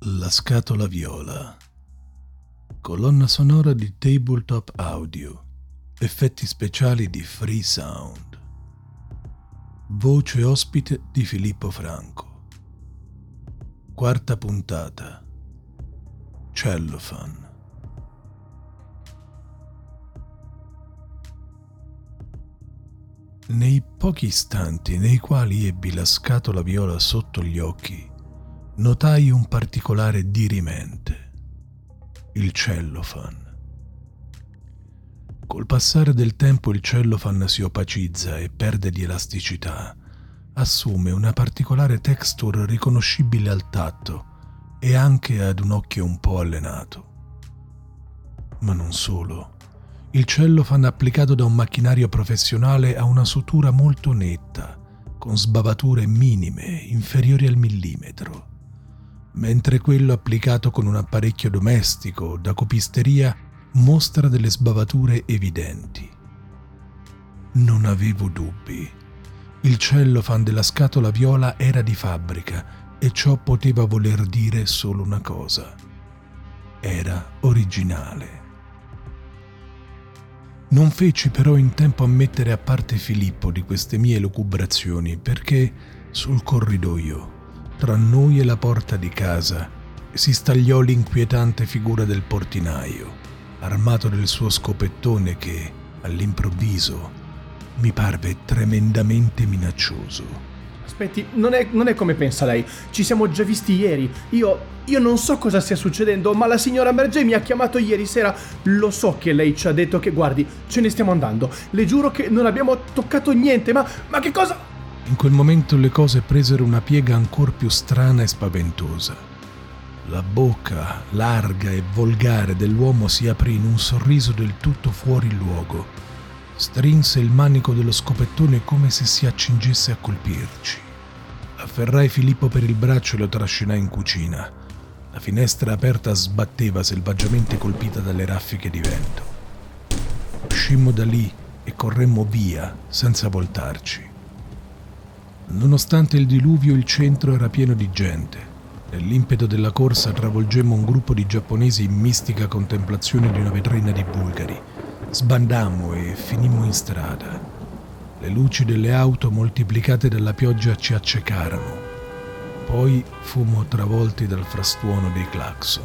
La scatola viola. Colonna sonora di Tabletop Audio. Effetti speciali di Free Sound. Voce ospite di Filippo Franco. Quarta puntata. Cellophane. Nei pochi istanti nei quali ebbi la scatola viola sotto gli occhi, notai un particolare dirimente: il cellophane. Col passare del tempo il cellophane si opacizza e perde di elasticità, assume una particolare texture riconoscibile al tatto e anche ad un occhio un po' allenato. Ma non solo. Il cellophane applicato da un macchinario professionale ha una sutura molto netta, con sbavature minime, inferiori al millimetro, mentre quello applicato con un apparecchio domestico da copisteria mostra delle sbavature evidenti. Non avevo dubbi. Il cellophane della scatola viola era di fabbrica e ciò poteva voler dire solo una cosa: era originale. Non feci però in tempo a mettere a parte Filippo di queste mie elucubrazioni, perché sul corridoio, tra noi e la porta di casa, si stagliò l'inquietante figura del portinaio, armato del suo scopettone che, all'improvviso, mi parve tremendamente minaccioso. Aspetti, non è come pensa lei. Ci siamo già visti ieri. Io non so cosa stia succedendo, ma la signora Merge mi ha chiamato ieri sera. Lo so che lei ci ha detto che, guardi, ce ne stiamo andando. Le giuro che non abbiamo toccato niente, ma che cosa... In quel momento le cose presero una piega ancor più strana e spaventosa. La bocca larga e volgare dell'uomo si aprì in un sorriso del tutto fuori luogo. Strinse il manico dello scopettone come se si accingesse a colpirci. Afferrai Filippo per il braccio e lo trascinai in cucina. La finestra aperta sbatteva selvaggiamente colpita dalle raffiche di vento. Uscimmo da lì e corremmo via senza voltarci. Nonostante il diluvio, il centro era pieno di gente. Nell'impeto della corsa travolgemmo un gruppo di giapponesi in mistica contemplazione di una vetrina di bulgari. Sbandammo e finimmo in strada. Le luci delle auto moltiplicate dalla pioggia ci accecarono. Poi fummo travolti dal frastuono dei clacson.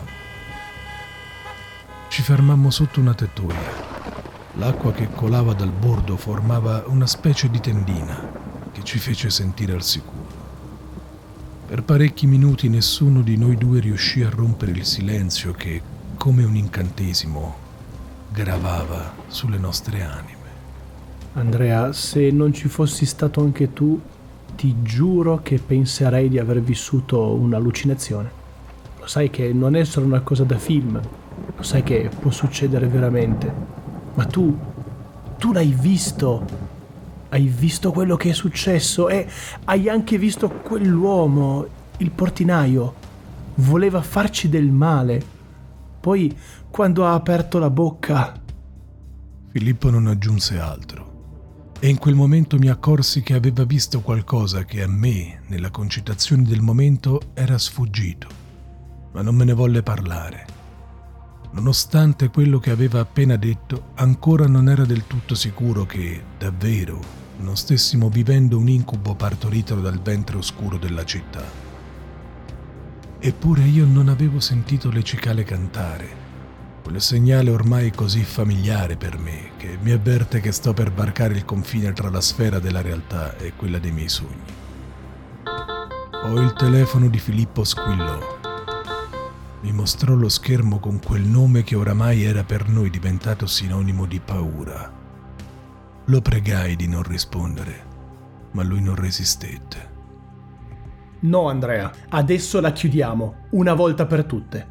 Ci fermammo sotto una tettoia. L'acqua che colava dal bordo formava una specie di tendina che ci fece sentire al sicuro. Per parecchi minuti nessuno di noi due riuscì a rompere il silenzio che, come un incantesimo, gravava sulle nostre anime. Andrea, se non ci fossi stato anche tu, ti giuro che penserei di aver vissuto un'allucinazione. Lo sai che non è solo una cosa da film, lo sai che può succedere veramente. Ma tu l'hai visto, hai visto quello che è successo e hai anche visto quell'uomo, il portinaio, voleva farci del male. Poi, quando ha aperto la bocca... Filippo non aggiunse altro. E in quel momento mi accorsi che aveva visto qualcosa che a me, nella concitazione del momento, era sfuggito, ma non me ne volle parlare. Nonostante quello che aveva appena detto, ancora non era del tutto sicuro che, davvero, non stessimo vivendo un incubo partorito dal ventre oscuro della città. Eppure io non avevo sentito le cicale cantare, quel segnale ormai così familiare per me che mi avverte che sto per varcare il confine tra la sfera della realtà e quella dei miei sogni. Poi il telefono di Filippo squillò. Mi mostrò lo schermo con quel nome che oramai era per noi diventato sinonimo di paura. Lo pregai di non rispondere, ma lui non resistette. No, Andrea, adesso la chiudiamo, una volta per tutte.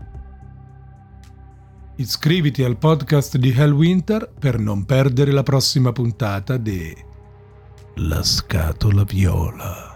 Iscriviti al podcast di Hellwinter per non perdere la prossima puntata di La scatola viola.